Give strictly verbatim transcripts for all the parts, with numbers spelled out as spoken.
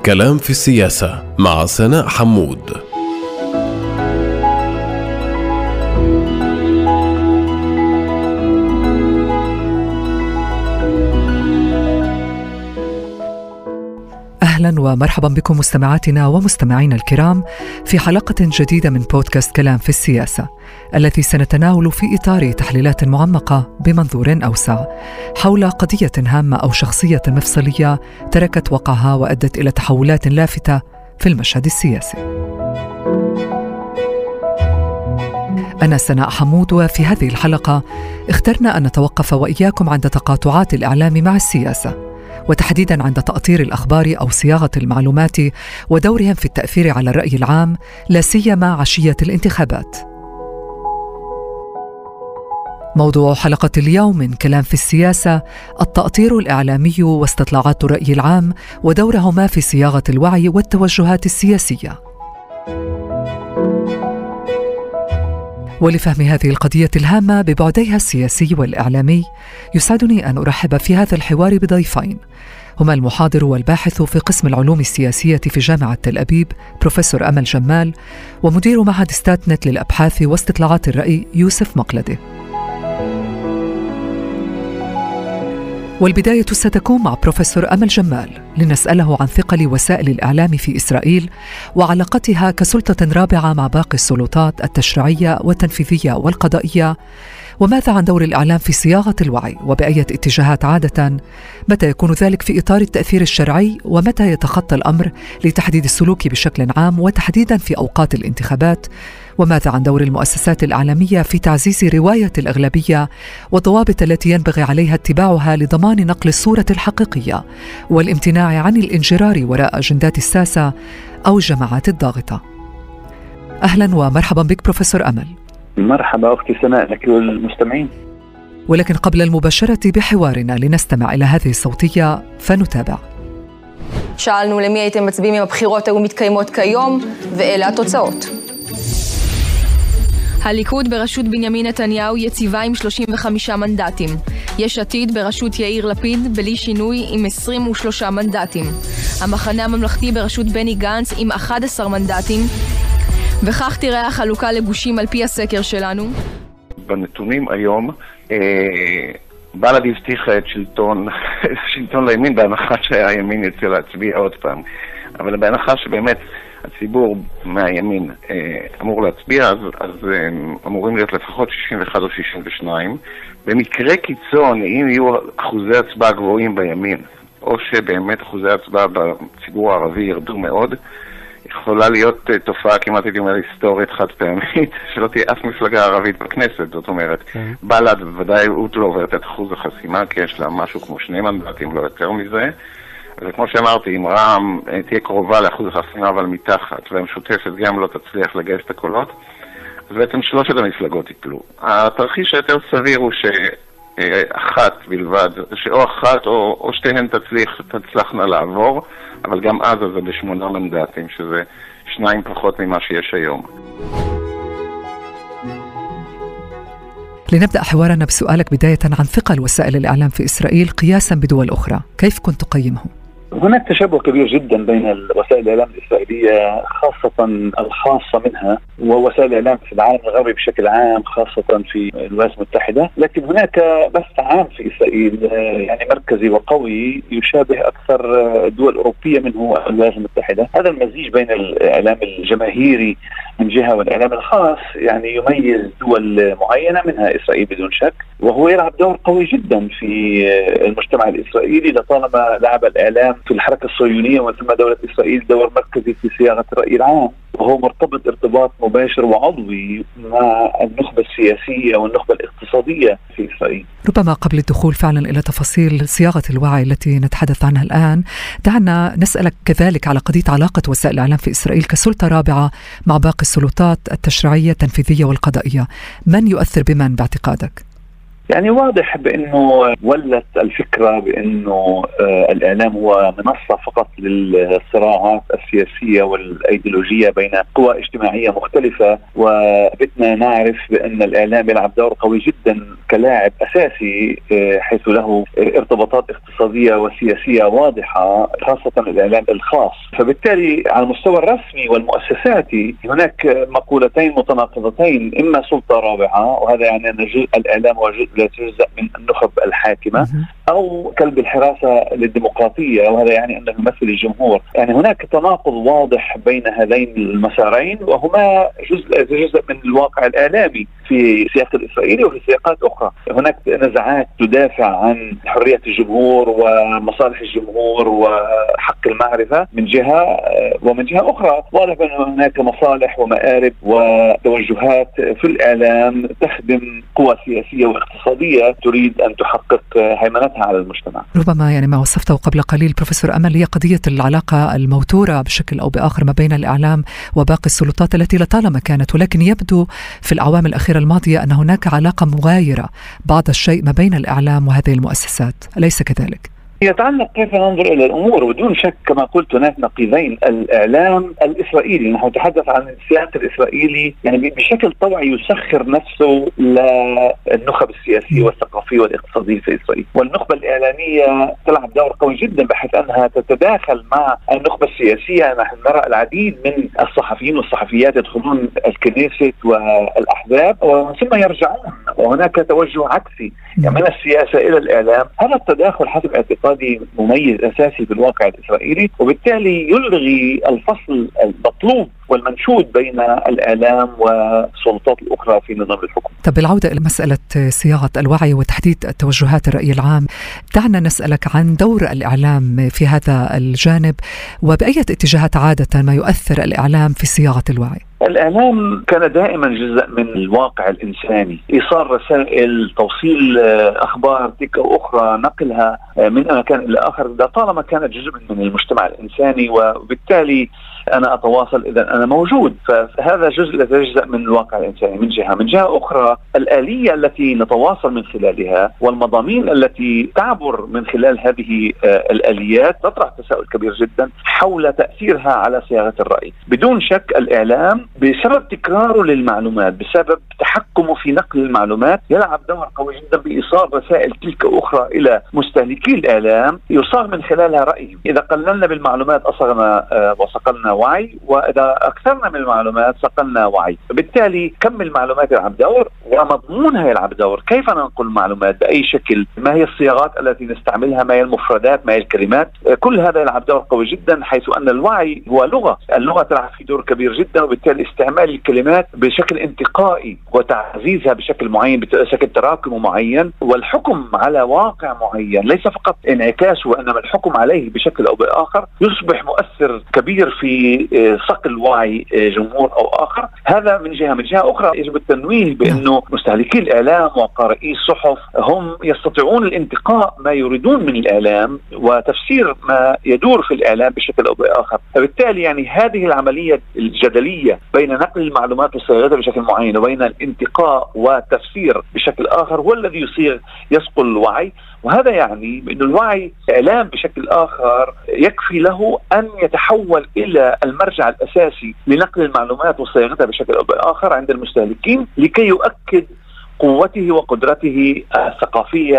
كلام في السياسة مع سناء حمود. أهلا ومرحبا بكم مستمعاتنا ومستمعينا الكرام في حلقة جديدة من بودكاست كلام في السياسة، التي سنتناول في إطار تحليلات معمقة بمنظور أوسع حول قضية هامة أو شخصية مفصلية تركت وقعها وأدت إلى تحولات لافتة في المشهد السياسي. أنا سناء حمود، وفي هذه الحلقة اخترنا أن نتوقف وإياكم عند تقاطعات الإعلام مع السياسة، وتحديداً عند تأطير الأخبار أو صياغة المعلومات ودورهم في التأثير على الرأي العام، لا سيما عشية الانتخابات. موضوع حلقة اليوم من كلام في السياسة: التأطير الإعلامي واستطلاعات الرأي العام ودورهما في صياغة الوعي والتوجهات السياسية. ولفهم هذه القضية الهامة ببعديها السياسي والإعلامي، يسعدني أن أرحب في هذا الحوار بضيفين، هما المحاضر والباحث في قسم العلوم السياسية في جامعة تل أبيب بروفيسور أمل جمال، ومدير معهد ستاتنت للأبحاث واستطلاعات الرأي يوسف مقلدي. والبداية ستكون مع بروفيسور أمل جمال لنسأله عن ثقل وسائل الإعلام في إسرائيل وعلاقتها كسلطة رابعة مع باقي السلطات التشريعية والتنفيذية والقضائية، وماذا عن دور الإعلام في صياغة الوعي وبأية اتجاهات عادة، متى يكون ذلك في إطار التأثير الشرعي ومتى يتخطى الأمر لتحديد السلوك بشكل عام وتحديدا في أوقات الانتخابات، وماذا عن دور المؤسسات الإعلامية في تعزيز رواية الأغلبية والضوابط التي ينبغي عليها اتباعها لضمان نقل الصورة الحقيقية والامتناع عن الانجرار وراء أجندات الساسة أو الجماعات الضاغطة. أهلا ومرحبا بك بروفيسور أمل. مرحبا أختي سناء لك والمستمعين. ولكن قبل المباشرة بحوارنا לנסתמע إلى هذه الصوتية فنتابع. שאלנו למי הייתם מצביעים אם הבחירות היו מתקיימות כיום, ואלה התוצאות. הליכוד בראשות בנימין נתניהו יציבה עם שלושים וחמישה מנדטים. יש עתיד בראשות יאיר לפיד בלי שינוי עם עשרים ושלושה מנדטים. המחנה הממלכתי בראשות בני גנץ עם אחד עשר מנדטים. וכך תראה החלוקה לגושים על פי הסקר שלנו. בנתונים היום בל"ד הבטיחה את שלטון שלטון לימין בהנחה שהימין יצא להצביע עוד פעם, אבל בהנחה שבאמת הציבור מהימין אמור להצביע, אז, אז אמורים להיות לפחות שישים ואחת או שישים ושתיים. במקרה קיצון, אם יהיו אחוזי הצבעה גבוהים בימין, או שבאמת אחוזי הצבעה בציבור הערבי ירדו מאוד, יכולה להיות תופעה כמעט הייתי אומר היסטורית חד פעמית, שלא תהיה אף מפלגה ערבית בכנסת. זאת אומרת, בל"ד בוודאי הוא לא עוברת את אחוז החסימה, כי יש לה משהו כמו שני מנדטים, לא יותר מזה. וכמו שאמרתי, אם רע"מ תהיה קרובה לאחוז החסימה אבל מתחת, והמשותפת גם לא תצליח לגייס את הקולות, אז בעצם שלושת המפלגות ייפלו. התרחיש היותר סביר הוא שאחת בלבד, שאו אחת או, או שתיהן תצליח, תצלחנה לעבור, אבל גם אז זה בשמונה מנדטים, שזה שניים פחות ממה שיש היום. لنبدأ حوارنا بسؤالك بداية عن ثقل وسائل الإعلام في إسرائيل قياساً بدول أخرى، كيف كنت تقيمه؟ هناك تشابه كبير جدا بين وسائل الإعلام الإسرائيلية خاصة الخاصة منها ووسائل الإعلام في العالم الغربي بشكل عام، خاصة في الولايات المتحدة، لكن هناك بث عام في إسرائيل يعني مركزي وقوي يشابه أكثر الدول الأوروبية منه الولايات المتحدة. هذا المزيج بين الإعلام الجماهيري من جهة والإعلام الخاص يعني يميز دول معينة منها إسرائيل بدون شك، وهو يلعب دور قوي جدا في المجتمع الإسرائيلي، لطالما لعب الإعلام في الحركة الصهيونية ومن ثم دولة إسرائيل دور مركزي في صياغة الرأي العام، وهو مرتبط ارتباط مباشر وعضوي مع النخبة السياسية والنخبة الاقتصادية في إسرائيل. ربما قبل الدخول فعلا إلى تفاصيل صياغة الوعي التي نتحدث عنها الآن، دعنا نسألك كذلك على قضية علاقة وسائل الإعلام في إسرائيل كسلطة رابعة مع باقي السلطات التشريعية التنفيذية والقضائية. من يؤثر بمن باعتقادك؟ يعني واضح بأنه ولت الفكرة بأنه الإعلام هو منصة فقط للصراعات السياسية والأيديولوجية بين قوى اجتماعية مختلفة، وبدنا نعرف بأن الإعلام يلعب دور قوي جدا كلاعب أساسي حيث له ارتباطات اقتصادية وسياسية واضحة، خاصة الإعلام الخاص. فبالتالي على المستوى الرسمي والمؤسساتي هناك مقولتين متناقضتين، إما سلطة رابعة وهذا يعني أن جزء الإعلام هو جزء لا يتجزأ من النخب الحاكمة، أو كلب الحراسة للديمقراطية وهذا يعني أنه يمثل الجمهور. يعني هناك تناقض واضح بين هذين المسارين، وهما جزء جزء من الواقع الإعلامي في السياق الإسرائيلي وفي سياقات أخرى. هناك نزعات تدافع عن حرية الجمهور ومصالح الجمهور وحق المعرفة من جهة، ومن جهة أخرى واضح أن هناك مصالح ومآرب وتوجهات في الإعلام تخدم قوى سياسية واقتصادية تريد أن تحقق هيمنتها على المجتمع. ربما يعني ما وصفته قبل قليل بروفيسور أمل هي قضية العلاقة الموتورة بشكل أو بآخر ما بين الإعلام وباقي السلطات التي لطالما كانت، ولكن يبدو في الأعوام الأخيرة الماضية أن هناك علاقة مغايرة بعض الشيء ما بين الإعلام وهذه المؤسسات، أليس كذلك؟ يتعلق كيف ننظر إلى الأمور، ودون شك كما قلت هناك نقيضين. الإعلام الإسرائيلي، نحن نتحدث عن السياسة الإسرائيلي يعني بشكل طوعي يسخر نفسه للنخب السياسية والثقافية والاقتصادية في إسرائيل، والنخبة الإعلامية تلعب دور قوي جدا بحيث أنها تتداخل مع النخبة السياسية. نحن نرى العديد من الصحفيين والصحفيات يدخلون الكنيست والأحزاب ومن ثم يرجعون، وهناك توجه عكسي يعني من السياسة إلى الإعلام. هذا التداخل حسب اعتقادي مميز أساسي بالواقع الإسرائيلي، وبالتالي يلغي الفصل المطلوب والمنشود بين الإعلام والسلطات الأخرى في نظام الحكم. طب بالعودة إلى مسألة صياغة الوعي وتحديد توجهات الرأي العام، دعنا نسألك عن دور الإعلام في هذا الجانب، وبأية اتجاهات عادة ما يؤثر الإعلام في صياغة الوعي؟ الإعلام كان دائما جزء من الواقع الإنساني، إيصال رسائل، توصيل أخبار تلك أو أخرى، نقلها من مكان إلى آخر، طالما كانت جزء من المجتمع الإنساني، وبالتالي أنا أتواصل إذا أنا موجود. فهذا جزء يتجزأ من الواقع الإنساني من جهة. من جهة أخرى الآلية التي نتواصل من خلالها والمضامين التي تعبر من خلال هذه الآليات تطرح تساؤل كبير جدا حول تأثيرها على صياغة الرأي. بدون شك الإعلام بسبب تكراره للمعلومات، بسبب تحكمه في نقل المعلومات، يلعب دور قوي جدا بإيصال رسائل تلك أخرى إلى مستهلكي الإعلام يصاغ من خلالها رأيهم. إذا قللنا بالمعلومات أصغنا وصقلنا وعي، وإذا أكثرنا من المعلومات صقلنا وعي. بالتالي كم المعلومات يلعب دور ومضمونها يلعب دور. كيف ننقل المعلومات بأي شكل، ما هي الصياغات التي نستعملها، ما هي المفردات، ما هي الكلمات، كل هذا يلعب دور قوي جدا، حيث أن الوعي هو لغة، اللغة تلعب في دور كبير جدا. وبالتالي استعمال الكلمات بشكل انتقائي وتعزيزها بشكل معين بشكل تراكمي معين، والحكم على واقع معين ليس فقط انعكاسه وإنما الحكم عليه بشكل أو بآخر يصبح مؤثر كبير في صقل وعي جمهور أو آخر. هذا من جهة. من جهة أخرى يجب التنويه بأنه مستهلكي الإعلام وقارئي الصحف هم يستطيعون الانتقاء ما يريدون من الإعلام وتفسير ما يدور في الإعلام بشكل أو بآخر. فبالتالي يعني هذه العملية الجدلية بين نقل المعلومات وصياغتها بشكل معين وبين الانتقاء والتفسير بشكل آخر هو الذي يصير يصقل الوعي. وهذا يعني بأن الوعي إعلام بشكل آخر يكفي له أن يتحول إلى المرجع الأساسي لنقل المعلومات وصياغتها بشكل أو بآخر عند المستهلكين لكي يؤكد قوته وقدرته الثقافية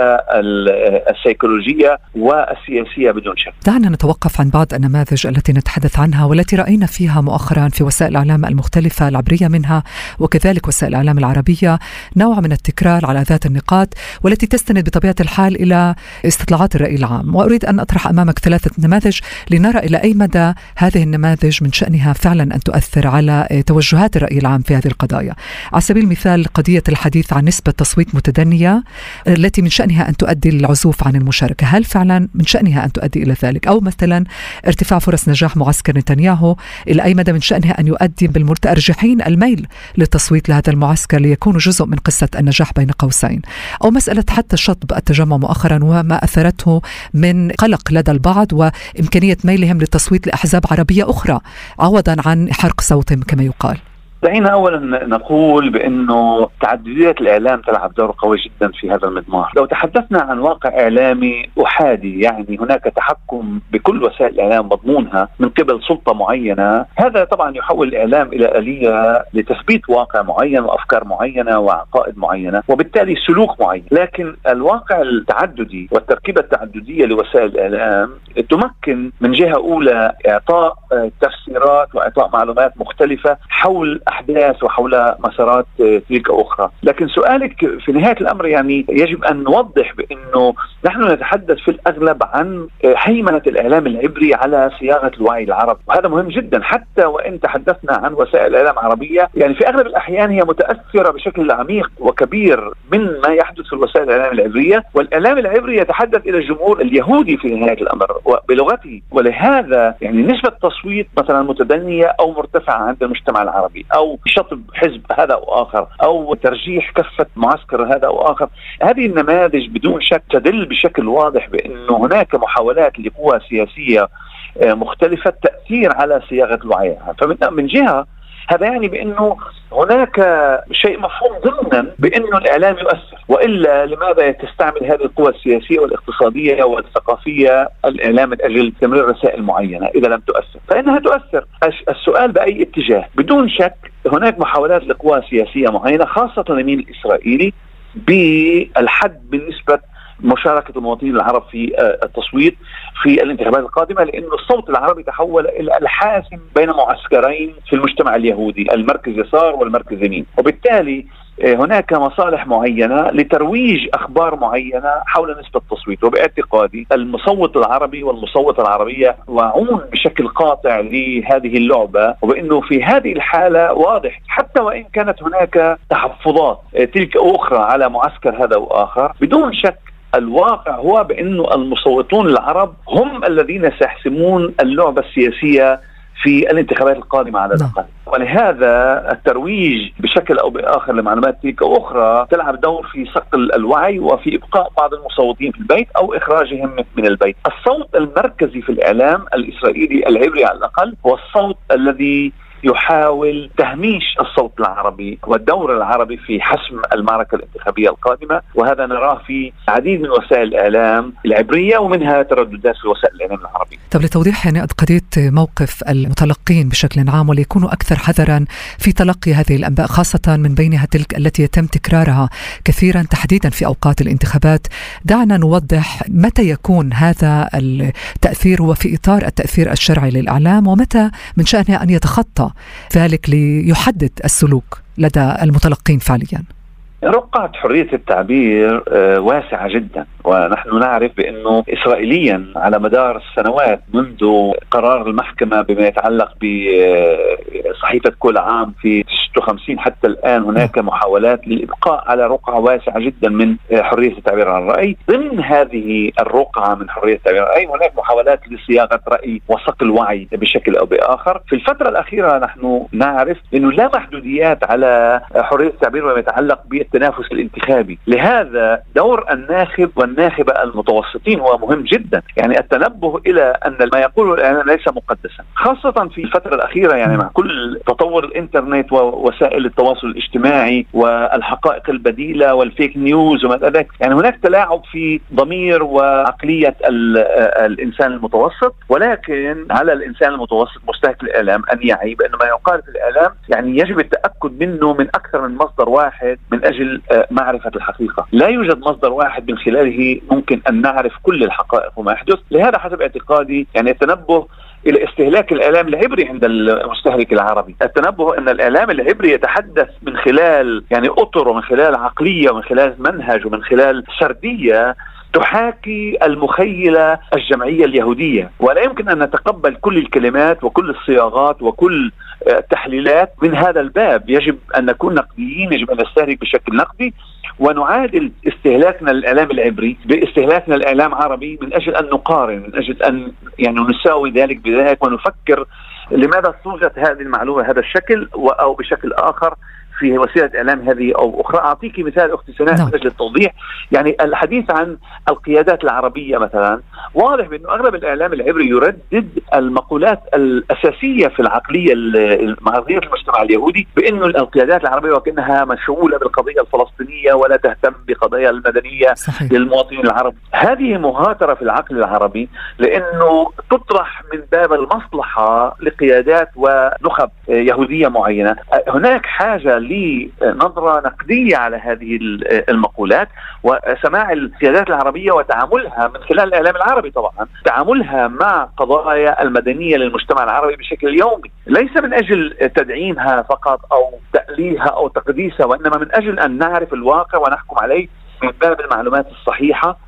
السيكولوجية والسياسية بدون شك. دعنا نتوقف عن بعض النماذج التي نتحدث عنها والتي رأينا فيها مؤخرا في وسائل الإعلام المختلفة العبرية منها وكذلك وسائل الإعلام العربية نوع من التكرار على ذات النقاط والتي تستند بطبيعة الحال إلى استطلاعات الرأي العام. وأريد أن أطرح أمامك ثلاثة نماذج لنرى إلى أي مدى هذه النماذج من شأنها فعلا أن تؤثر على توجهات الرأي العام في هذه القضايا. على سبيل المثال قضية الحديث عن نسبة تصويت متدنية التي من شأنها أن تؤدي للعزوف عن المشاركة، هل فعلا من شأنها أن تؤدي إلى ذلك؟ أو مثلا ارتفاع فرص نجاح معسكر نتنياهو، إلى أي مدى من شأنها أن يؤدي بالمتأرجحين الميل للتصويت لهذا المعسكر ليكون جزء من قصة النجاح بين قوسين؟ أو مسألة حتى شطب التجمع مؤخرا وما أثرته من قلق لدى البعض وإمكانية ميلهم للتصويت لأحزاب عربية أخرى عوضا عن حرق صوتهم كما يقال. دعينا أولا نقول بأنه تعددية الإعلام تلعب دور قوي جدا في هذا المضمار. لو تحدثنا عن واقع إعلامي أحادي، يعني هناك تحكم بكل وسائل الإعلام مضمونها من قبل سلطة معينة، هذا طبعا يحول الإعلام إلى آلية لتثبيت واقع معين وأفكار معينة وعقائد معينة وبالتالي سلوك معين. لكن الواقع التعددي والتركيبة التعددية لوسائل الإعلام تمكن من جهة أولى إعطاء تفسيرات وإعطاء معلومات مختلفة حول أحداث وحول مسارات تلك أو أخرى. لكن سؤالك في نهاية الأمر يعني يجب أن نوضح بأنه نحن نتحدث في الأغلب عن هيمنة الإعلام العبري على صياغة الوعي العربي، وهذا مهم جدا. حتى وإن تحدثنا عن وسائل إعلام عربية، يعني في أغلب الأحيان هي متأثرة بشكل عميق وكبير من ما يحدث في الوسائل الإعلام العبرية، والإعلام العبري يتحدث إلى الجمهور اليهودي في نهاية الأمر وبلغته. ولهذا يعني نسبة تصويت مثلا متدنية أو مرتفعة عند المجتمع العربي، أو شطب حزب هذا أو آخر، أو ترجيح كفة معسكر هذا أو آخر، هذه النماذج بدون شك تدل بشكل واضح بأنه هناك محاولات لقوى سياسية مختلفة تأثير على صياغة الوعي. فمن من جهة هذا يعني بأنه هناك شيء مفهوم ضمنا بأنه الإعلام يؤثر، وإلا لماذا تستعمل هذه القوى السياسية والاقتصادية والثقافية الإعلام من أجل تمرير رسائل معينة إذا لم تؤثر؟ فإنها تؤثر. السؤال بأي اتجاه؟ بدون شك هناك محاولات لقوى سياسية معينة خاصة اليمين الإسرائيلي بالحد بالنسبة مشاركة المواطنين العرب في التصويت في الانتخابات القادمة، لأن الصوت العربي تحول إلى الحاسم بين معسكرين في المجتمع اليهودي، المركز يسار والمركز يمين، وبالتالي هناك مصالح معينة لترويج أخبار معينة حول نسبة التصويت. وباعتقادي المصوت العربي والمصوتة العربية واعون بشكل قاطع لهذه اللعبة، وبأنه في هذه الحالة واضح حتى وإن كانت هناك تحفظات تلك أو أخرى على معسكر هذا وآخر، بدون شك الواقع هو بأنه المصوتون العرب هم الذين سيحسمون اللعبة السياسية في الانتخابات القادمة على الأقل. ولهذا الترويج بشكل أو بآخر لمعلومات تلك أو أخرى تلعب دور في صقل الوعي وفي إبقاء بعض المصوتين في البيت أو إخراجهم من البيت. الصوت المركزي في الإعلام الإسرائيلي العبري على الأقل هو الصوت الذي يحاول تهميش الصوت العربي والدور العربي في حسم المعركة الانتخابية القادمة، وهذا نراه في عديد من وسائل الإعلام العبرية ومنها ترددات في وسائل الإعلام العربية. طب لتوضيح يعني قضية موقف المتلقين بشكل عام وليكونوا أكثر حذرا في تلقي هذه الأنباء، خاصة من بينها تلك التي يتم تكرارها كثيرا تحديدا في أوقات الانتخابات، دعنا نوضح متى يكون هذا التأثير وفي إطار التأثير الشرعي للإعلام، ومتى من شأنه أن يتخطى ذلك ليحدد السلوك لدى المتلقين فعليا. رقعة حرية التعبير واسعة جدا، ونحن نعرف بأنه إسرائيليا على مدار السنوات منذ قرار المحكمة بما يتعلق بصحيفة كل عام في ستة وخمسين حتى الآن هناك محاولات للإبقاء على رقعة واسعة جدا من حرية التعبير عن الرأي. ضمن هذه الرقعة من حرية التعبير عن الرأي هناك محاولات لصياغة رأي وصقل وعي بشكل أو بآخر. في الفترة الأخيرة نحن نعرف أنه لا محدوديات على حرية التعبير وما يتعلق بالتنافس الانتخابي، لهذا دور الناخب والناخبة المتوسطين هو مهم جدا. يعني التنبه إلى أن ما يقوله الآن ليس مقدسا، خاصة في الفترة الأخيرة يعني مع كل تطور الإنترنت ووسائل التواصل الاجتماعي والحقائق البديلة والفيك نيوز وما إلى ذلك. يعني هناك تلاعب في ضمير وعقلية الإنسان المتوسط، ولكن على الإنسان المتوسط مستهلك الإعلام أن يعي بأن ما يقال في الإعلام يعني يجب التأكد منه من أكثر من مصدر واحد من أجل معرفة الحقيقة. لا يوجد مصدر واحد من خلاله ممكن أن نعرف كل الحقائق وما يحدث. لهذا حسب اعتقادي يعني التنبه إلى استهلاك الإعلام العبري عند المستهلك العربي، التنبه أن الإعلام العبري يتحدث من خلال يعني أطر ومن خلال عقلية ومن خلال منهج ومن خلال سردية تحاكي المخيلة الجمعية اليهودية، ولا يمكن أن نتقبل كل الكلمات وكل الصياغات وكل التحليلات من هذا الباب. يجب أن نكون نقديين، يجب أن نستهلك بشكل نقدي ونعادل استهلاكنا للإعلام العبري باستهلاكنا للإعلام العربي من أجل أن نقارن، من أجل أن يعني نساوي ذلك بذلك ونفكر لماذا صوغت هذه المعلومة هذا الشكل أو بشكل آخر في وسيلة إعلام هذه أو أخرى. أعطيك مثال أختي سناء من أجل التوضيح. يعني الحديث عن القيادات العربية مثلا، واضح بأنه أغلب الإعلام العبري يردد المقولات الأساسية في العقلية عقلية المجتمع اليهودي، بأنه القيادات العربية وكأنها مشغولة بالقضية الفلسطينية ولا تهتم بقضايا المدنية صحيح. للمواطنين العرب. هذه مهاترة في العقل العربي، لأنه تطرح من باب المصلحة لقيادات ونخب يهودية معينة. هناك حاجة لنظرة نقدية على هذه المقولات وسماع القيادات العربية وتعاملها من خلال الإعلام العربي، طبعا تعاملها مع قضايا المدنية للمجتمع العربي بشكل يومي، ليس من أجل تدعيمها فقط أو تأليها أو تقديسها، وإنما من أجل أن نعرف الواقع ونحكم عليه من باب المعلومات الصحيحة.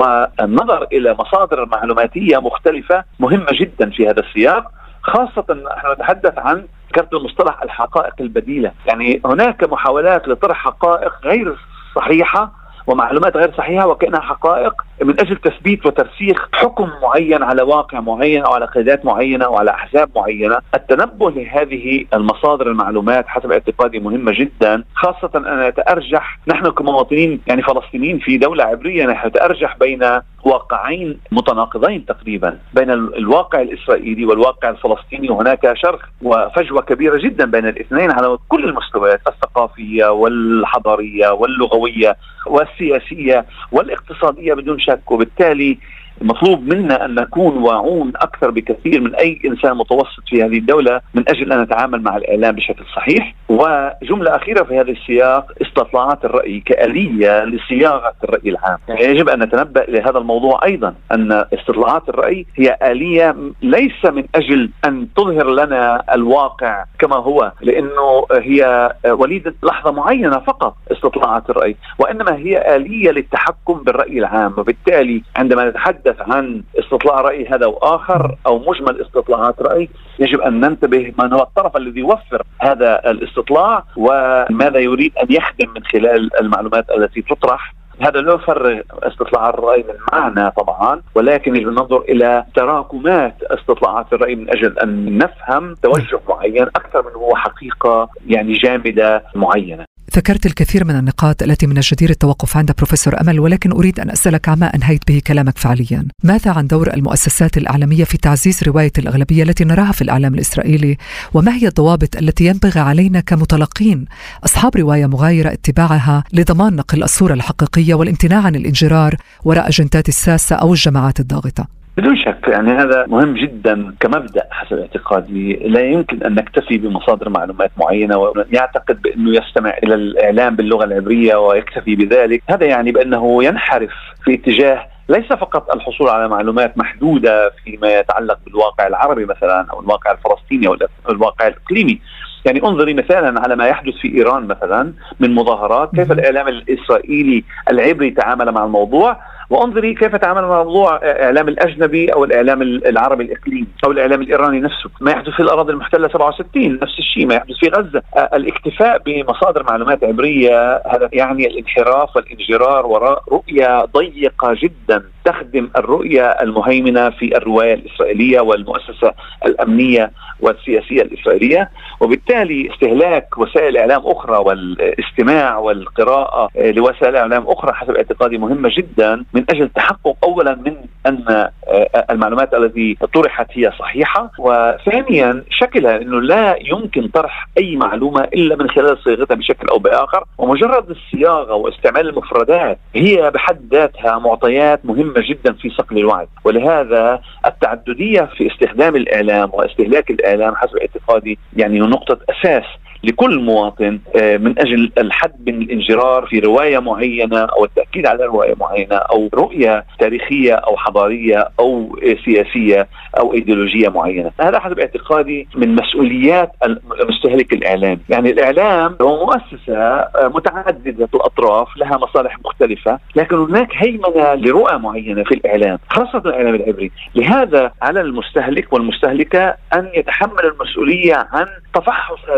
والنظر إلى مصادر معلوماتية مختلفة مهمة جدا في هذا السياق، خاصة نحن نتحدث عن ذكرت المصطلح الحقائق البديلة. يعني هناك محاولات لطرح حقائق غير صحيحة ومعلومات غير صحيحة وكأنها حقائق من أجل تثبيت وترسيخ حكم معين على واقع معين أو على قيادات معينة أو على أحزاب معينة. التنبه لهذه المصادر المعلومات حسب اعتقادي مهمة جدا، خاصة أن نتأرجح نحن كمواطنين يعني فلسطينيين في دولة عبرية، نحن نتأرجح بين واقعين متناقضين تقريبا، بين الواقع الإسرائيلي والواقع الفلسطيني، وهناك شرخ وفجوة كبيرة جدا بين الاثنين على كل المستويات الثقافية والحضارية واللغوية والسياسية والاقتصادية بدون شك. وبالتالي مطلوب منا أن نكون واعون أكثر بكثير من أي إنسان متوسط في هذه الدولة من أجل أن نتعامل مع الإعلام بشكل صحيح. وجملة أخيرة في هذا السياق، استطلاعات الرأي كآلية لصياغة الرأي العام. يعني يجب أن نتنبأ لهذا الموضوع أيضا، أن استطلاعات الرأي هي آلية ليس من أجل أن تظهر لنا الواقع كما هو، لأنه هي وليدة لحظة معينة فقط استطلاعات الرأي، وإنما هي آلية للتحكم بالرأي العام. وبالتالي عندما نتحدث عن استطلاع رأي هذا وآخر أو مجمل استطلاعات رأي، يجب أن ننتبه من هو الطرف الذي يوفر هذا الاستطلاع وماذا يريد أن يخدم من خلال المعلومات التي تطرح. هذا لا يفرق استطلاع الرأي من معنى طبعا، ولكن يجب ننظر إلى تراكمات استطلاعات الرأي من أجل أن نفهم توجه معين أكثر من هو حقيقة يعني جامدة معينة. ذكرت الكثير من النقاط التي من الجدير التوقف عندها بروفيسور أمل، ولكن أريد أن أسألك عما أنهيت به كلامك فعليا، ماذا عن دور المؤسسات الإعلامية في تعزيز رواية الأغلبية التي نراها في الإعلام الإسرائيلي؟ وما هي الضوابط التي ينبغي علينا كمتلقين أصحاب رواية مغايرة اتباعها لضمان نقل الصورة الحقيقية والامتناع عن الانجرار وراء أجندات الساسة أو الجماعات الضاغطة؟ بدون شك يعني هذا مهم جدا كمبدأ حسب اعتقادي. لا يمكن أن نكتفي بمصادر معلومات معينة ويعتقد بأنه يستمع إلى الإعلام باللغة العبرية ويكتفي بذلك. هذا يعني بأنه ينحرف في اتجاه ليس فقط الحصول على معلومات محدودة فيما يتعلق بالواقع العربي مثلا أو الواقع الفلسطيني أو الواقع الإقليمي. يعني انظري مثلا على ما يحدث في إيران مثلا من مظاهرات، كيف الإعلام الإسرائيلي العبري تعامل مع الموضوع، وانظري كيف تعامل مع موضوع الإعلام الأجنبي أو الإعلام العربي الإقليمي أو الإعلام الإيراني نفسه. ما يحدث في الأراضي المحتلة سبعة وستين نفس الشيء، ما يحدث في غزة. الاكتفاء بمصادر معلومات عبرية هذا يعني الانحراف والانجرار وراء رؤية ضيقة جدا تخدم الرؤية المهيمنة في الرواية الإسرائيلية والمؤسسة الأمنية والسياسية الإسرائيلية. وبالتالي استهلاك وسائل إعلام أخرى والاستماع والقراءة لوسائل إعلام أخرى حسب اعتقادي مهمة جدا من أجل تحقق أولا من أن المعلومات التي طرحت هي صحيحة، وثانيا شكلها أنه لا يمكن طرح أي معلومة إلا من خلال صياغتها بشكل أو بآخر. ومجرد الصياغة واستعمال المفردات هي بحد ذاتها معطيات مهمة جدا في صقل الوعي. ولهذا التعددية في استخدام الإعلام واستهلاك الإعلام حسب اعتقادي يعني نقطة أساس لكل مواطن من أجل الحد من الانجرار في رواية معينة أو التأكيد على رواية معينة أو رؤية تاريخية أو حضارية أو سياسية أو إيديولوجية معينة. هذا حسب اعتقادي من مسؤوليات المستهلك الإعلام. يعني الإعلام هو مؤسسة متعددة الأطراف لها مصالح مختلفة، لكن هناك هيمنة لرؤى معينة في الإعلام خاصة الإعلام العبري. لهذا على المستهلك والمستهلكة أن يتحمل المسؤولية عن تفحص هذه المعلومات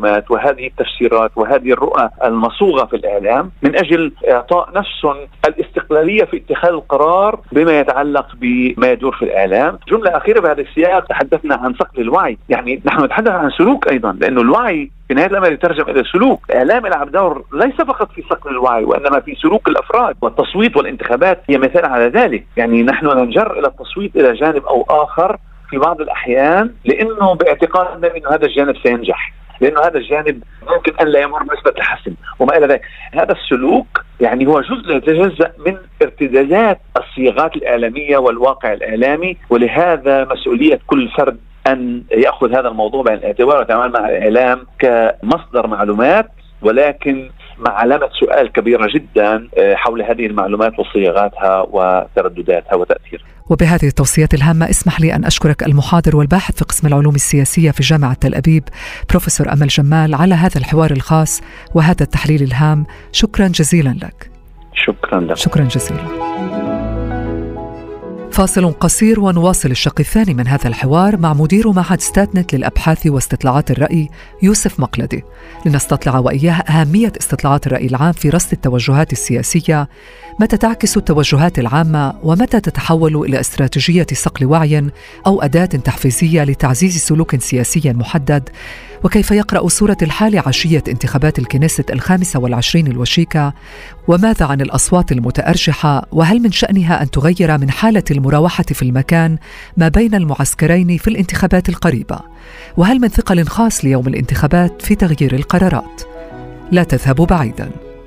المعلومات وهذه التفسيرات وهذه الرؤى المصوغة في الإعلام من أجل إعطاء نفسهم الاستقلالية في اتخاذ القرار بما يتعلق بما يدور في الإعلام. جملة أخيرة بهذا السياق، تحدثنا عن صقل الوعي، يعني نحن نتحدث عن سلوك أيضا، لأنه الوعي في نهاية الأمر يترجم إلى سلوك. الإعلام يلعب دور ليس فقط في صقل الوعي وإنما في سلوك الأفراد، والتصويت والانتخابات هي مثال على ذلك. يعني نحن ننجر إلى التصويت إلى جانب أو آخر في بعض الأحيان لأنه باعتقادنا أنه هذا الجانب سينجح، لأنه هذا الجانب ممكن أن لا يمر بنسبة الحسم وما إلى ذلك. هذا السلوك يعني هو جزء يتجزأ من ارتدادات الصياغات الإعلامية والواقع الإعلامي، ولهذا مسؤولية كل فرد أن يأخذ هذا الموضوع بعين الاعتبار ويتعامل مع الإعلام كمصدر معلومات، ولكن مع علامة سؤال كبيرة جدا حول هذه المعلومات وصياغاتها وتردداتها وتأثيرها. وبهذه التوصيات الهامة اسمح لي أن أشكرك المحاضر والباحث في قسم العلوم السياسية في جامعة تل أبيب بروفيسور أمل جمال على هذا الحوار الخاص وهذا التحليل الهام. شكرا جزيلا لك. شكرا لك. شكرا جزيلا. فاصل قصير ونواصل الشق الثاني من هذا الحوار مع مدير معهد ستاتنت للأبحاث واستطلاعات الرأي يوسف مقلدي، لنستطلع وإياه أهمية استطلاعات الرأي العام في رصد التوجهات السياسية، متى تعكس التوجهات العامة ومتى تتحول إلى استراتيجية صقل وعي أو أداة تحفيزية لتعزيز سلوك سياسي محدد، وكيف يقرأ صورة الحال عشية انتخابات الكنيست الخامسة والعشرين الوشيكة، وماذا عن الأصوات المتأرجحة، وهل من شأنها أن تغير من حالة المراوحة في المكان ما بين المعسكرين في الانتخابات القريبة، وهل من ثقل خاص ليوم الانتخابات في تغيير القرارات؟ لا تذهبوا بعيداً.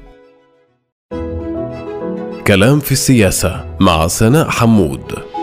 كلام في السياسة مع سناء حمود.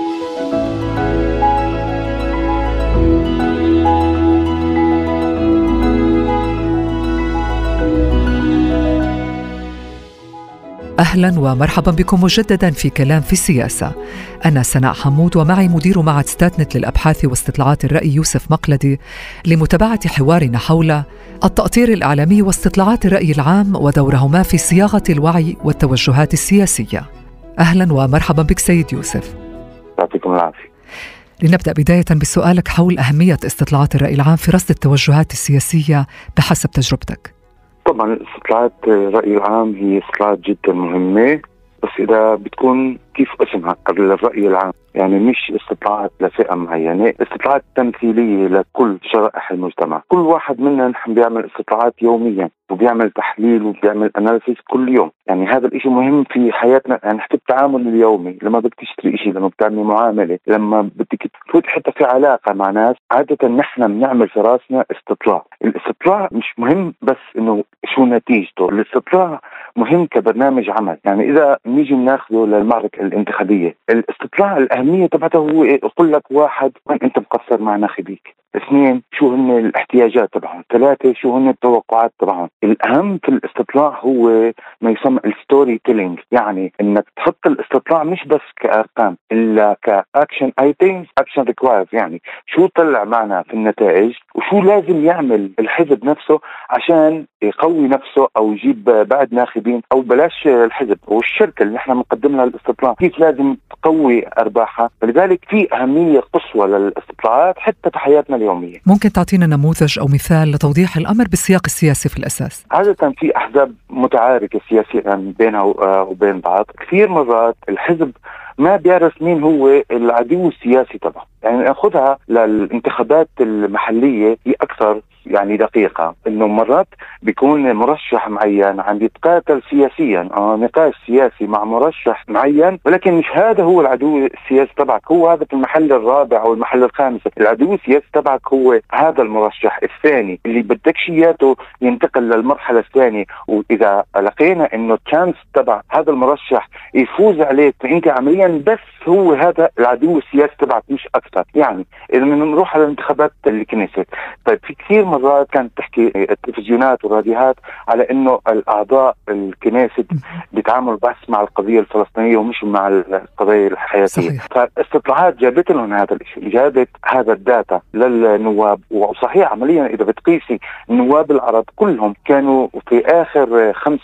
أهلا ومرحبا بكم مجددا في كلام في السياسة. أنا سناء حمود ومعي مدير معهد ستاتنت للأبحاث واستطلاعات الرأي يوسف مقلدي لمتابعة حوارنا حول التأطير الإعلامي واستطلاعات الرأي العام ودورهما في صياغة الوعي والتوجهات السياسية. أهلا ومرحبا بك سيد يوسف. يعطيكم العافية. لنبدأ بداية بسؤالك حول أهمية استطلاعات الرأي العام في رصد التوجهات السياسية بحسب تجربتك. طبعا استطلاعات الرأي العام هي استطلاعات جدا مهمة، بس إذا بتكون كيف اسمها قبل الرأي العام، يعني مش استطلاعات لفئة معينة، استطلاعات تمثيلية لكل شرائح المجتمع. كل واحد منا نحن بيعمل استطلاعات يوميا وبيعمل تحليل وبيعمل أناليسيس كل يوم. يعني هذا الإشي مهم في حياتنا، يعني في التعامل اليومي، لما بدك تشتري إشي، لما بتعمل معاملة، لما بدك تفوت حتى في علاقة مع ناس، عادة نحن بنعمل في راسنا استطلاع. الاستطلاع مش مهم بس إنه شو نتيجته، الاستطلاع مهم كبرنامج عمل. يعني إذا نيجي ناخذه للمعركة الانتخابية، الاستطلاع الأهمية تبعته هو يقول لك واحد وين أنت مقصر مع ناخبيك، اثنين شو هن الاحتياجات تبعهم، ثلاثة شو هن التوقعات تبعهم. الأهم في الاستطلاع هو ما يسمى الستوري تيلينج، يعني إنك تحط الاستطلاع مش بس كأرقام إلا كأكشن ايتمز اكشن ريكوايرز، يعني شو طلع معنا في النتائج وشو لازم يعمل الحزب نفسه عشان يقوي نفسه أو يجيب بعد ناخبين، أو بلاش الحزب والشركة اللي نحن بنقدم لها الاستطلاع كيف لازم تقوي أرباحها. فلذلك في أهمية قصوى للاستطلاعات حتى في حياتنا اليومية. ممكن تعطينا نموذج أو مثال لتوضيح الأمر بالسياق السياسي في الأساس؟ عادة في أحزاب متعاركة سياسيا بينها وبين بعض، كثير مرات الحزب ما بيعرف مين هو العدو السياسي تبعه. يعني ناخذها للانتخابات المحلية هي أكثر يعني دقيقة، إنه مرات بيكون مرشح معين عم يتقاتل سياسيا، آه نقاش سياسي مع مرشح معين، ولكن مش هذا هو العدو السياسي تبعك، هو هذا في المحل الرابع أو المحل الخامس. العدو السياسي تبعك هو هذا المرشح الثاني اللي بدك شياته ينتقل للمرحلة الثانية. وإذا لقينا إنه الشانس تبع هذا المرشح يفوز عليك، فأنت عمليا بس هو هذا العدو السياسي تبعك مش أكثر. يعني إذا نروح على الانتخابات الكنيست، طيب في كثير مرات كانت تحكي التلفزيونات والراديوهات على انه الاعضاء الكنيست بيتعاملوا بس مع القضيه الفلسطينيه ومش مع القضايا الحياتيه. صحيح. فالاستطلاعات جابت لهم هذا الشيء، جابت هذا الداتا للنواب. وصحيح عمليا اذا بتقيسي النواب العرب كلهم كانوا في اخر خمس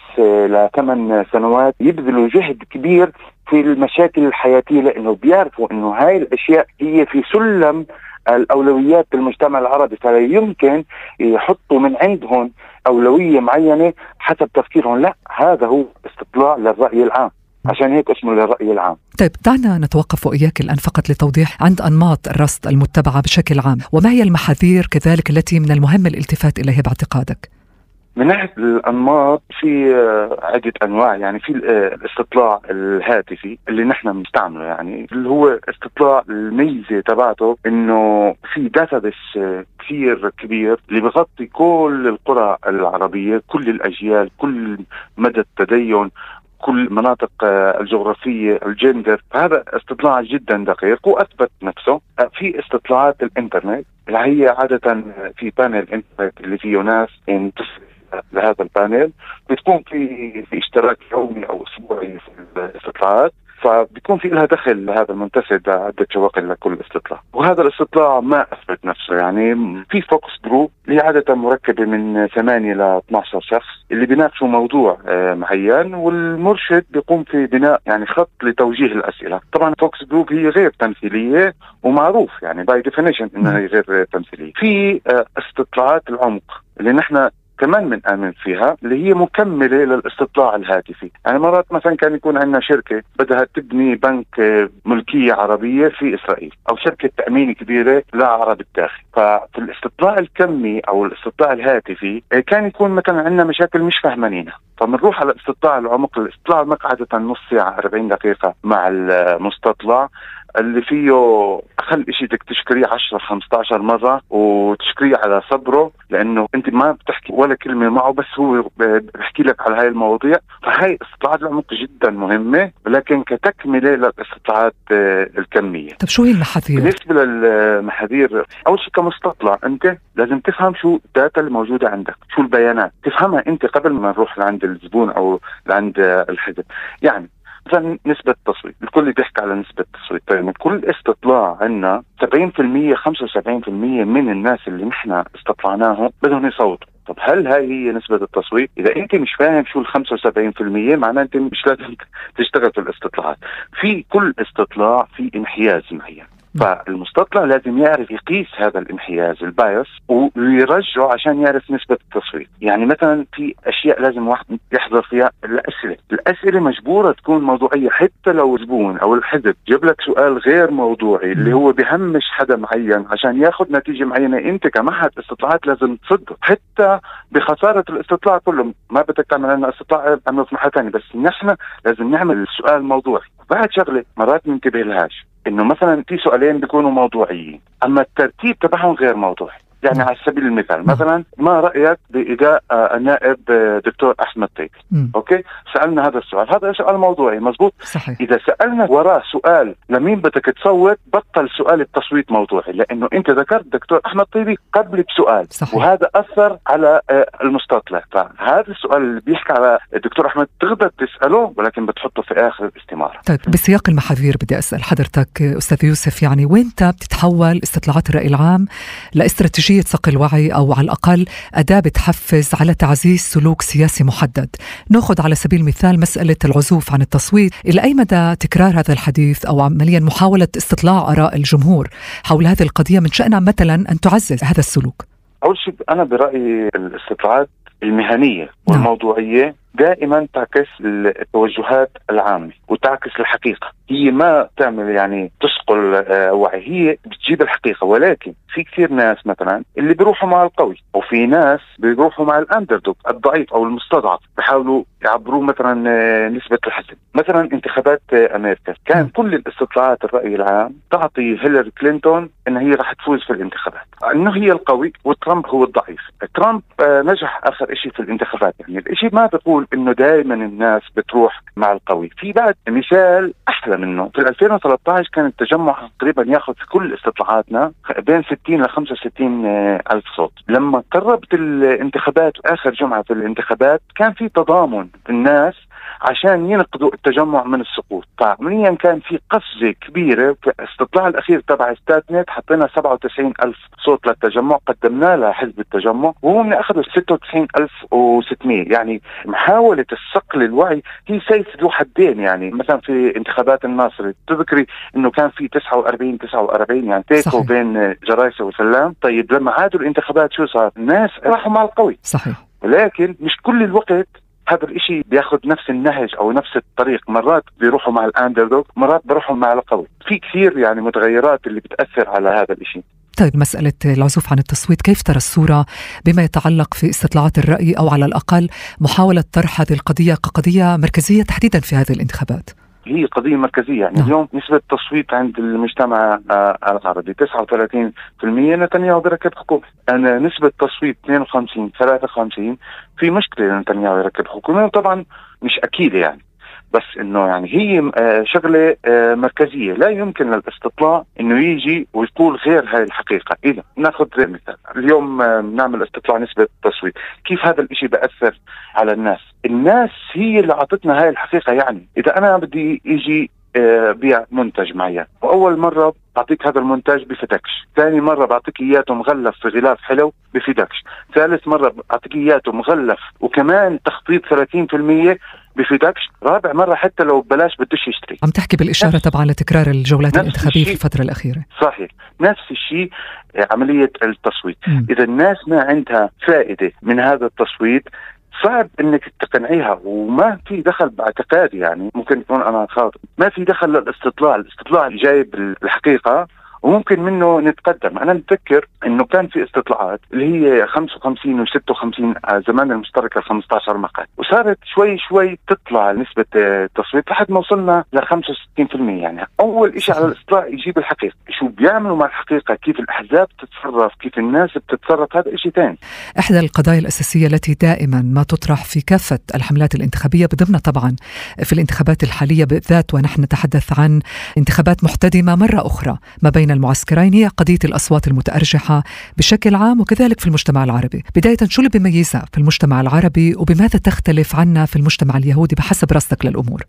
لثمان سنوات يبذلوا جهد كبير في المشاكل الحياتيه، لانه بيعرفوا انه هاي الاشياء هي في سلم الأولويات بالمجتمع العربي، فلا يمكن يحطوا من عندهم أولوية معينة حسب تفكيرهم. لا، هذا هو استطلاع للرأي العام، عشان هيك اسمه للرأي العام. طيب دعنا نتوقف وإياك الآن فقط لتوضيح عند أنماط الرصد المتبعة بشكل عام، وما هي المحاذير كذلك التي من المهم الالتفات إليها باعتقادك؟ من ناحية الأنماط في عدة أنواع. يعني في الاستطلاع الهاتفي اللي نحن بنستعمله، يعني اللي هو استطلاع الميزة تبعته إنه في داتابيس كثير كبير اللي بغطي كل القرى العربية، كل الأجيال، كل مدى التدين، كل مناطق الجغرافية، الجندر. هذا استطلاع جدا دقيق وأثبت نفسه. في استطلاعات الإنترنت اللي هي عادة في بانل إنترنت اللي فيه ناس لهذا البانل، بتكون في في اشتراك يومي او اسبوعي في الاستطلاعات، فبيكون في لها دخل لهذا المنتسب عدة شواغل لكل استطلاع. وهذا الاستطلاع ما اثبت نفسه. يعني في فوكس جروب اللي عادة مركبة من ثمانية ل اثني عشر شخص اللي بيناقشوا موضوع معين، والمرشد بيقوم في بناء يعني خط لتوجيه الاسئلة. طبعا فوكس جروب هي غير تمثيلية ومعروف يعني باي ديفينيشن انها غير تمثيلية. في استطلاعات العمق اللي نحن كمان من آمن فيها، اللي هي مكملة للاستطلاع الهاتفي. يعني مرات مثلا كان يكون عندنا شركة بدها تبني بنك ملكية عربية في إسرائيل، أو شركة تأمين كبيرة لعرب الداخل. ففي الاستطلاع الكمي أو الاستطلاع الهاتفي كان يكون مثلا عندنا مشاكل مش فاهمانينها، فمنروح على الاستطلاع العمق. الاستطلاع العمق عادة نص ساعة أربعين دقيقة مع المستطلع، اللي فيه أقل إشي بدك تشكريه عشرة خمسة عشر مرة وتشكريه على صبره، لأنه أنت ما بتحكي ولا كلمة معه، بس هو بحكي لك على هاي المواضيع. فهاي استطلاعات العمق جدا مهمة، لكن كتكملة للاستطلاعات الكمية. طب شو هي المحاذير؟ بالنسبة للمحاذير، أول شيء كمستطلع أنت لازم تفهم شو الداتا الموجودة عندك، شو البيانات، تفهمها أنت قبل ما نروح لعند الزبون أو لعند الحزب. يعني مثلا نسبة التصويت، الكل بيحكي على نسبة التصويت. طيب من كل استطلاع عندنا سبعين بالمئة خمسة وسبعين بالمئة من الناس اللي نحن استطلعناهم بدهم يصوتوا. طب هل هاي هي نسبة التصويت؟ إذا أنت مش فاهم شو ال خمسة وسبعين بالمئة معناه أنت مش لازم تشتغل في الاستطلاعات. في كل استطلاع في انحياز معين، فالمستطلع لازم يعرف يقيس هذا الانحياز البايس ويرجعه عشان يعرف نسبة التصويت. يعني مثلا في أشياء لازم واحد يحضر فيها الأسئلة. الأسئلة مجبورة تكون موضوعية، حتى لو زبون أو الحزب جاب لك سؤال غير موضوعي اللي هو بيهمش حدا معين عشان ياخد نتيجة معينة، أنت كمعهد استطلاعات لازم تصده. حتى بخسارة الاستطلاع كله ما بدك تعمل لنا استطلاع عمله في محل ثاني، بس نحن لازم نعمل السؤال موضوعي. بعد شغلة مرات ننتبه لهاش، إنه مثلا في سؤالين بيكونوا موضوعيين أما الترتيب تبعهم غير موضوعي. يعني على سبيل المثال مثلا ما رأيك بإداء النائب دكتور أحمد طيب؟ أوكي، سألنا هذا السؤال، هذا سؤال موضوعي مزبوط. صحيح. إذا سألنا وراه سؤال لمين بدك تصوت، بطل سؤال التصويت موضوعي، لأنه أنت ذكرت دكتور أحمد طيبي قبل بسؤال. صحيح. وهذا أثر على المستطلع. فهذا السؤال اللي بيحكي على الدكتور أحمد تقدر تسأله ولكن بتحطه في آخر الاستمارة. طيب بسياق المحاذير بدي أسأل حضرتك أستاذ يوسف، يعني وين بتتحول استطلاعات الرأي العام لاستراتيجية صقل الوعي، أو على الأقل أداة بتحفز على تعزيز سلوك سياسي محدد؟ نأخذ على سبيل المثال مسألة العزوف عن التصويت، إلى أي مدى تكرار هذا الحديث أو عمليا محاولة استطلاع آراء الجمهور حول هذه القضية من شأنها مثلا أن تعزز هذا السلوك؟ أول شيء أنا برأيي الاستطلاعات المهنية والموضوعية دائما تعكس التوجهات العامة وتعكس الحقيقة. هي ما تعمل يعني تسقل وعي، هي بتجيب الحقيقة. ولكن في كثير ناس مثلا اللي بيروحوا مع القوي، وفي ناس بيروحوا مع الأندردوغ الضعيف أو المستضعف، بيحاولوا يعبروا مثلا نسبة الحسم. مثلا انتخابات أمريكا كان كل الاستطلاعات الرأي العام تعطي هيلاري كلينتون إن هي راح تفوز في الانتخابات، إنه هي القوي وترامب هو الضعيف. ترامب نجح آخر إشي في الانتخابات. يعني الإشي ما بيقول إنه دائما الناس بتروح مع القوي. في بعد مثال أحلى منه، في ألفين وثلاثة عشر كان التجمع تقريبا ياخذ في كل استطلاعاتنا بين ستين ل خمسة وستين ألف صوت. لما قربت الانتخابات آخر جمعة في الانتخابات كان في تضامن الناس عشان ينقذوا التجمع من السقوط. فعمليا كان في قفزة كبيرة في الاستطلاع الأخير تبع ستات نت، حطينا سبعة وتسعين ألف صوت للتجمع، قدمناه لحزب التجمع وهم أخذوا ستة وتسعين ألف وستمية. يعني محاولة الصقل الوعي هي سيف ذو حدين. يعني مثلا في انتخابات الناصري تذكري إنه كان في تسعة وأربعين تسعة وأربعين يعني تيكو بين جرايسة وسلام. طيب لما عادوا الانتخابات شو صار؟ الناس راحوا مع القوي. صحيح. ولكن مش كل الوقت هذا الاشي بياخد نفس النهج او نفس الطريق. مرات بيروحوا مع الاندردوغ، مرات بيروحوا مع القوي. في كثير يعني متغيرات اللي بتأثر على هذا الاشي. طيب مسألة العزوف عن التصويت، كيف ترى الصورة بما يتعلق في استطلاعات الرأي أو على الأقل محاولة طرح هذه القضية كقضية مركزية تحديدا في هذه الانتخابات؟ هي قضية مركزية. يعني نعم. اليوم نسبة التصويت عند المجتمع آه العربي تسعة وثلاثين بالمئة نتنياهو بركب حكومة. أنا نسبة تصويت اثنين وخمسين ثلاثة وخمسين في مشكلة نتنياهو يركب حكومة. وطبعا مش أكيدة يعني، بس إنه يعني هي آه شغلة آه مركزية. لا يمكن للاستطلاع إنه يجي ويقول غير هاي الحقيقة. إذا ناخذ زي مثال اليوم آه نعمل استطلاع نسبة التصويت، كيف هذا الإشي بأثر على الناس؟ الناس هي اللي عطتنا هاي الحقيقة. يعني إذا أنا بدي يجي آه بيع منتج معين، وأول مرة بعطيك هذا المنتج بفتكش، ثاني مرة بعطيك إياته مغلف في غلاف حلو بفيدكش، ثالث مرة بعطيك إياته مغلف وكمان تخطيط ثلاثين بالمئة بفيدكش، رابع مرة حتى لو ببلاش بدش يشتري. عم تحكي بالإشارة نفس طبعا لتكرار الجولات الانتخابية في الفترة الأخيرة. صحيح. نفس الشيء عملية التصويت. م. إذا الناس ما عندها فائدة من هذا التصويت صعب انك تقنعيها. وما في دخل باعتقادي، يعني ممكن يكون انا خاطئ، ما في دخل للاستطلاع. الاستطلاع جايب الحقيقة وممكن منه نتقدم. أنا نتذكر إنه كان في استطلاعات اللي هي خمسة وخمسين وستة وخمسين زمان المشتركة خمسة عشر مقعد، وصارت شوي شوي تطلع نسبة التصويت لحد ما وصلنا ل خمسة وستين بالمئة. يعني أول إشي على الاستطلاع يجيب الحقيقة. شو بيعملوا مع الحقيقة، كيف الأحزاب تتصرف، كيف الناس بتتصرف، هذا إشي تاني. إحدى القضايا الأساسية التي دائما ما تطرح في كافة الحملات الانتخابية بضمن طبعا في الانتخابات الحالية بالذات، ونحن نتحدث عن انتخابات محتدمة مرة أخرى ما بين المعسكرين، هي قضية الأصوات المتأرجحة بشكل عام وكذلك في المجتمع العربي. بداية شو اللي بيميزها في المجتمع العربي وبماذا تختلف عنا في المجتمع اليهودي بحسب رصدك للأمور؟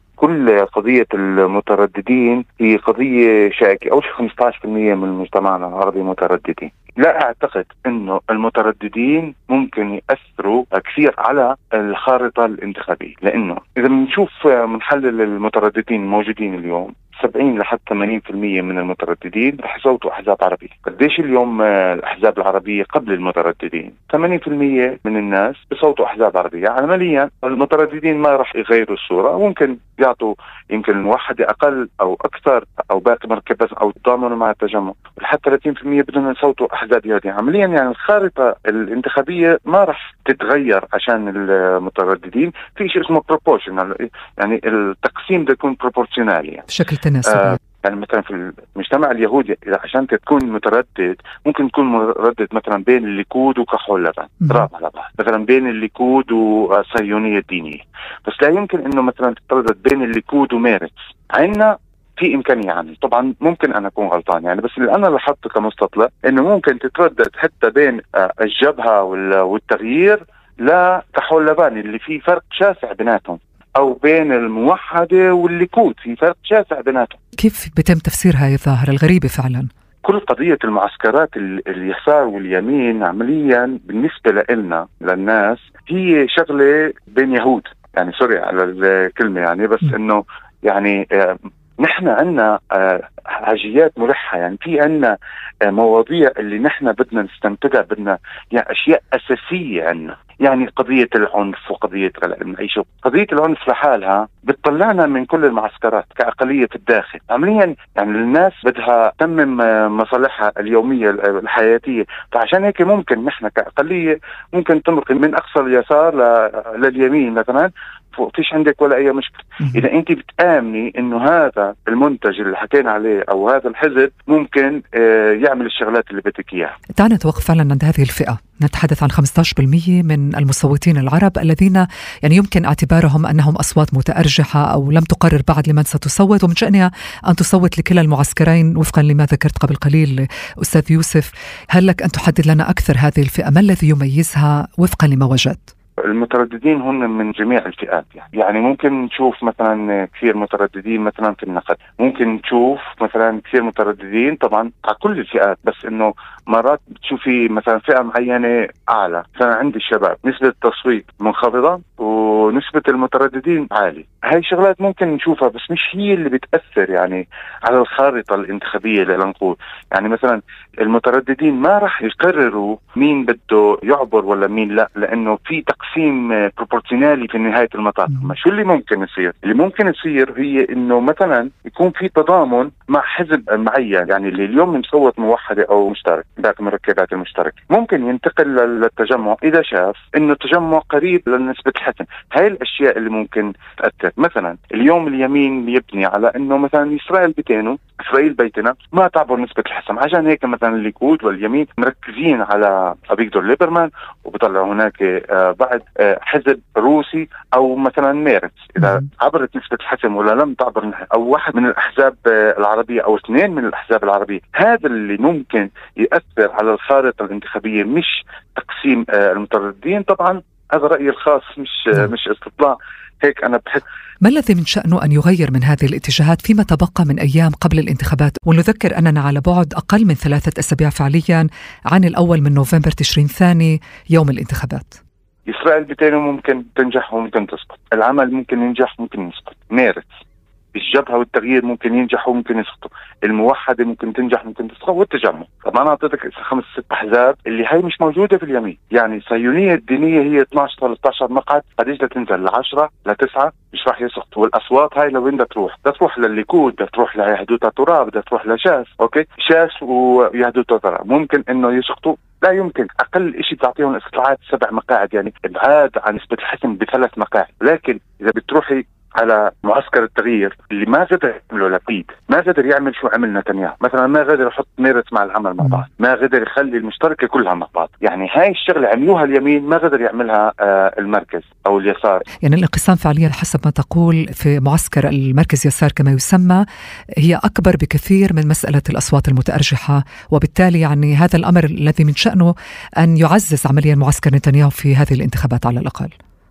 كل قضية المترددين هي قضية شائكة. أول شيء خمسة عشر بالمئة من مجتمعنا العربي مترددين. لا أعتقد أنه المترددين ممكن يأثروا كثير على الخارطة الانتخابية، لأنه إذا بنشوف منحلل المترددين الموجودين اليوم سبعين لحد ثمانين بالمئة من المترددين رح يصوتوا أحزاب عربية. قديش اليوم الأحزاب العربية قبل المترددين؟ ثمانين بالمئة من الناس بصوتوا أحزاب عربية. عمليا المترددين ما رح يغيروا الصورة، ممكن يعطوا يمكن واحدة أقل أو أكثر أو باقي مركبات أو يتضامنوا مع التجمع، لحد ثلاثين بالمئة بدهم يصوتوا أحزاب يهودية. عمليا يعني الخارطة الانتخابية ما رح تتغير عشان المترددين. في شيء اسمه proportional، يعني التقسيم ده يكون proportional يعني بشكل تناسبي. آه يعني مثلا في المجتمع اليهودي إذا عشان تكون متردد ممكن تكون متردد مثلا بين الليكود وكحول لبن، راب على بعض، مثلا بين الليكود والصهيونية الدينية، بس لا يمكن إنه مثلا تتردد بين الليكود وميرتس. عنا في إمكانية يعني، طبعا ممكن أنا أكون غلطان يعني، بس اللي أنا لاحظته كمستطلع إنه ممكن تتردد حتى بين الجبهة والتغيير لا كحول لبن اللي فيه فرق شاسع بيناتهم، أو بين الموحدة والليكود في فرق شاسع بيناتهم. كيف بيتم تفسير هاي الظاهرة الغريبة فعلا؟ كل قضية المعسكرات اليسار واليمين عمليا بالنسبة لنا للناس هي شغلة بين يهود، يعني سوري على الكلمة يعني، بس م. إنه يعني آه نحن عنا آه حاجيات ملحة، يعني في عنا آه مواضيع اللي نحن بدنا نستنتجها، بدنا يعني أشياء أساسية عنا، يعني قضية العنف وقضية غلاء المعيشة. قضية العنف لحالها بتطلعنا من كل المعسكرات كأقلية في الداخل. عمليا يعني الناس بدها تمم مصالحها اليومية الحياتية، فعشان هيك ممكن نحن كأقلية ممكن تنقل من أقصى اليسار لليمين مثلا، فيش عندك ولا أي مشكلة. إذا أنت بتآمني إنه هذا المنتج اللي حكينا عليه أو هذا الحزب ممكن يعمل الشغلات اللي بدك إياها. دعنا نتوقف فعلا عند هذه الفئة. نتحدث عن خمسة عشر بالمئة من المصوتين العرب الذين يعني يمكن اعتبارهم أنهم أصوات متأرجحة أو لم تقرر بعد لمن ستصوت، ومن شأنها أن تصوت لكلا المعسكرين وفقا لما ذكرت قبل قليل أستاذ يوسف. هل لك أن تحدد لنا أكثر هذه الفئة؟ ما الذي يميزها وفقا لما وجدت؟ المترددين هم من جميع الفئات، يعني ممكن نشوف مثلا كثير مترددين مثلا في النقد، ممكن نشوف مثلا كثير مترددين طبعا على كل الفئات، بس انه مرات بتشوفي مثلا فئة معينة اعلى. مثلا عند الشباب نسبة التصويت منخفضة ونسبة المترددين عالية. هاي شغلات ممكن نشوفها بس مش هي اللي بتأثر يعني على الخارطة الانتخابية اللي نقول. يعني مثلا المترددين ما راح يقرروا مين بده يعبر ولا مين لا، لانه في تقسيم بروبورشنالي في نهاية المطاف. شو اللي ممكن يصير؟ اللي ممكن يصير هي انه مثلا يكون في تضامن مع حزب معين، يعني اللي اليوم مصوت موحدة او مشترك باقي مركبات المشترك ممكن ينتقل للتجمع اذا شاف انه التجمع قريب لنسبة الحسم. هاي الاشياء اللي ممكن تأثر. مثلا اليوم اليمين يبني على انه مثلا اسرائيل بيتنا اسرائيل بيتنا ما تعبر نسبة الحسم، عشان هيك مثلا الليكود واليمين مركزين على ابيجدور ليبرمان، وبطلع هناك آه بعد آه حزب روسي او مثلا ميرتس اذا عبرت نسبة الحسم ولا لم تعبر، او واحد من الاحزاب آه العربية او اثنين من الاحزاب العربية. هذا اللي ممكن يأثر على الخارطة الانتخابية، مش تقسيم آه المترددين. طبعا هذا رأيي الخاص، مش آه مش استطلاع. هيك أنا بحس. ما الذي من شأنه أن يغير من هذه الاتجاهات فيما تبقى من أيام قبل الانتخابات؟ ونذكر أننا على بعد أقل من ثلاثة أسابيع فعليا عن الأول من نوفمبر تشرين ثاني يوم الانتخابات. إسرائيل بتاني ممكن تنجح وممكن تسقط، العمل ممكن ينجح ممكن يسقط، ميرتس الجبهة والتغيير ممكن ينجحوا وممكن يسقطوا، الموحدة ممكن تنجح ممكن تسقط، والتجمع. طبعا أنا أعطيتك خمس ست أحزاب اللي هي مش موجودة في اليمين. يعني الصهيونية الدينية هي اثناشر ثلاثة عشر مقعد، قديش بدها تنزل ل عشرة ل تسعة مش راح يسقطوا. والأصوات هاي لوين بدها تروح؟ بدها تروح للليكود، بدها تروح ليهدوت تراب، بدها تروح لشاس. أوكي شاس ويهدوت تراب ممكن إنه يسقطوا؟ لا يمكن. أقل شيء بتعطيهم استطلاعات سبع مقاعد، يعني ابعاد عن نسبة الحسم بثلاث مقاعد. لكن إذا بتروحي على معسكر التغيير اللي ما قدر يعمله لبيد، ما قدر يعمل شو عمل نتنياهو مثلا، ما قدر يحط ميرتس مع العمل مع بعض، ما قدر يخلي المشتركة كلها مع بعض. يعني هاي الشغلة عملوها اليمين، ما قدر يعملها آه المركز أو اليسار. يعني الانقسام فعليا حسب ما تقول في معسكر المركز يسار كما يسمى هي أكبر بكثير من مسألة الأصوات المتأرجحة، وبالتالي يعني هذا الأمر الذي من شأنه أن يعزز عمليا معسكر نتنياهو في هذه الانتخابات على الأقل.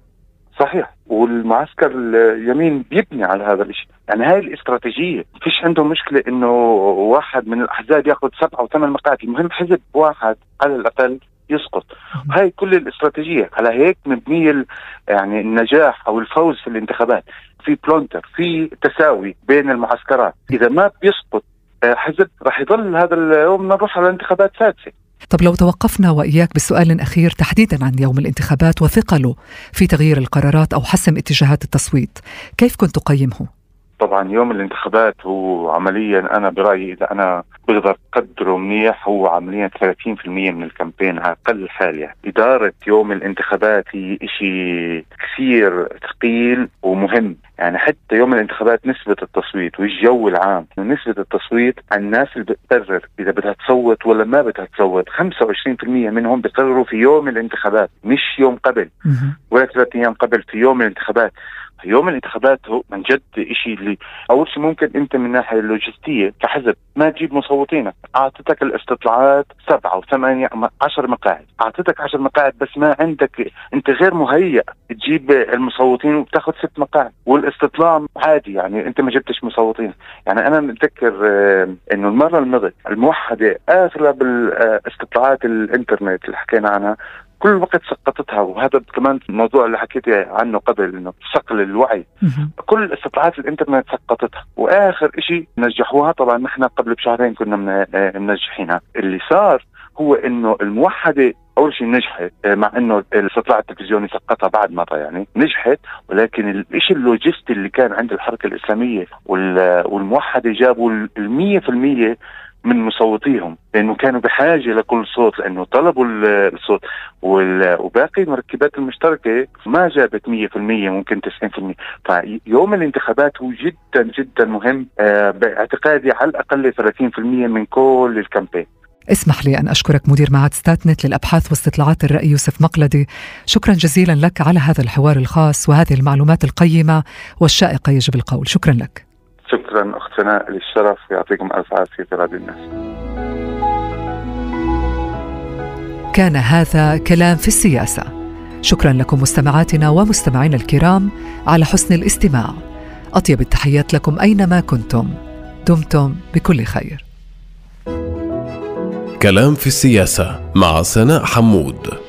صحيح. والمعسكر اليمين بيبني على هذا الشيء. يعني هاي الاستراتيجية فيش عنده مشكلة انه واحد من الاحزاب ياخذ سبعة وثمان مقاعد، المهم حزب واحد على الاقل يسقط. هاي كل الاستراتيجية على هيك مبنية يعني النجاح او الفوز في الانتخابات. في بلونتر، في تساوي بين المعسكرات. اذا ما بيسقط حزب راح يضل هذا اليوم نروح على انتخابات سادسة. طب لو توقفنا وإياك بسؤال أخير تحديدا عن يوم الانتخابات وثقله في تغيير القرارات أو حسم اتجاهات التصويت، كيف كنت تقيمه؟ طبعا يوم الانتخابات هو عمليا أنا برأيي إذا أنا بقدر قدره منيح هو عمليا ثلاثين بالمئة من الكامبين على أقل حال. يعني إدارة يوم الانتخابات هي إشي كثير ثقيل ومهم. يعني حتى يوم الانتخابات نسبة التصويت والجو العام، نسبة التصويت عن الناس اللي بتقرر إذا بدها تصوت ولا ما بدها تصوت، خمسة وعشرين بالمئة منهم بيقرروا في يوم الانتخابات مش يوم قبل ولا ثلاثة أيام قبل، في يوم الانتخابات. يوم الانتخابات هو من جد إشي اللي أول شيء ممكن أنت من الناحية اللوجستية كحزب ما تجيب مصوتينك. أعطتك الاستطلاعات سبعة وثمانية عشر مقاعد، أعطتك عشر مقاعد بس ما عندك، أنت غير مهيأ تجيب المصوتين وبتاخذ ست مقاعد، والاستطلاع عادي يعني أنت ما جبتش مصوتين. يعني أنا متذكر إنه المرة الماضية الموحدة أغلب الاستطلاعات الإنترنت اللي حكينا عنها كل وقت سقطتها، وهذا كمان الموضوع اللي حكيت عنه قبل انه صقل الوعي. كل استطلاعات الانترنت سقطتها، واخر اشي نجحوها. طبعا نحن قبل بشهرين كنا منجحينها. اللي صار هو انه الموحدة اول شيء نجحت، مع انه الاستطلاع التلفزيوني سقطها بعد مرة يعني نجحت، ولكن الاشي اللوجستي اللي كان عند الحركة الاسلامية والموحدة جابوا المية في المية من مصوتيهم، لأنه كانوا بحاجة لكل صوت، لأنه طلبوا الصوت. وباقي المركبات المشتركة ما جابت مية في المية، ممكن تسعين في المية. فيوم الانتخابات هو جدا جدا مهم، باعتقادي على الأقل ثلاثين في المية من كل الكامبين. اسمح لي أن أشكرك مدير معهد ستاتنت للأبحاث واستطلاعات الرأي يوسف مقلدي. شكرا جزيلا لك على هذا الحوار الخاص وهذه المعلومات القيمة والشائقة يجب القول. شكرا لك. شكرا أخت سناء، للشرف، يعطيكم ألف عافية في راديو الناس. كان هذا كلام في السياسة شكرا لكم مستمعاتنا ومستمعينا الكرام على حسن الاستماع. أطيب التحيات لكم أينما كنتم، دمتم بكل خير. كلام في السياسة مع سناء حمود.